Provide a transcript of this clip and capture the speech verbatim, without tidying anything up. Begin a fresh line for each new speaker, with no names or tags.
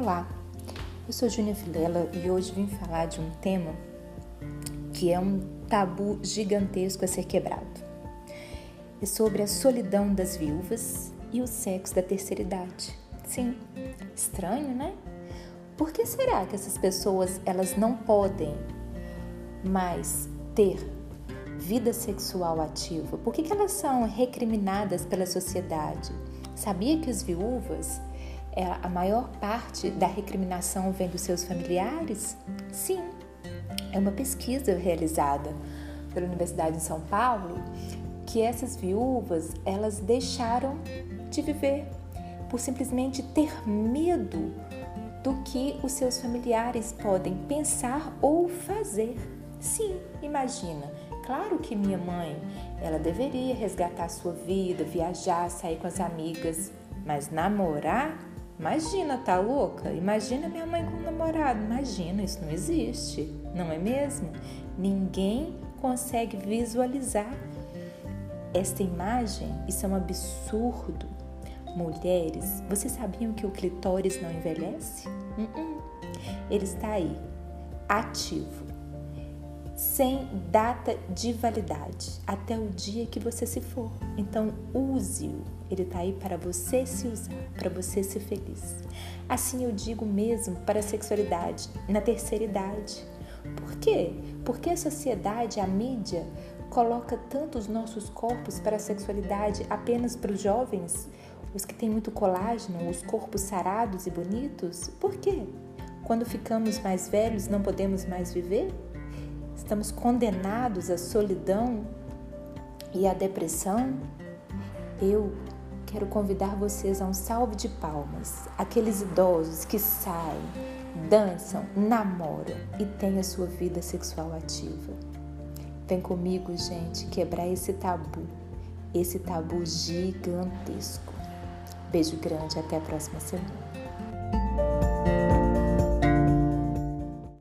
Olá, eu sou Júnia Vilela e hoje vim falar de um tema que é um tabu gigantesco a ser quebrado. É sobre a solidão das viúvas e o sexo da terceira idade. Sim, estranho, né? Por que será que essas pessoas elas não podem mais ter vida sexual ativa? Por que que elas são recriminadas pela sociedade? Sabia que as viúvas, é, a maior parte da recriminação vem dos seus familiares? Sim, é uma pesquisa realizada pela Universidade de São Paulo que essas viúvas, elas deixaram de viver por simplesmente ter medo do que os seus familiares podem pensar ou fazer. Sim, imagina. Claro que minha mãe, ela deveria resgatar a sua vida, viajar, sair com as amigas, mas namorar? Imagina, tá louca? Imagina minha mãe com um namorado. Imagina, isso não existe, não é mesmo? Ninguém consegue visualizar esta imagem. Isso é um absurdo. Mulheres, vocês sabiam que o clitóris não envelhece? Uh-uh. Ele está aí, ativo, sem data de validade, até o dia que você se for. Então, use-o. Ele está aí para você se usar, para você ser feliz. Assim eu digo mesmo para a sexualidade na terceira idade. Por quê? Porque a sociedade, a mídia, coloca tanto os nossos corpos para a sexualidade apenas para os jovens, os que têm muito colágeno, os corpos sarados e bonitos. Por quê? Quando ficamos mais velhos, não podemos mais viver? Estamos condenados à solidão e à depressão? Eu quero convidar vocês a um salve de palmas, aqueles idosos que saem, dançam, namoram e têm a sua vida sexual ativa. Vem comigo, gente, quebrar esse tabu, esse tabu gigantesco. Beijo grande, até a próxima semana.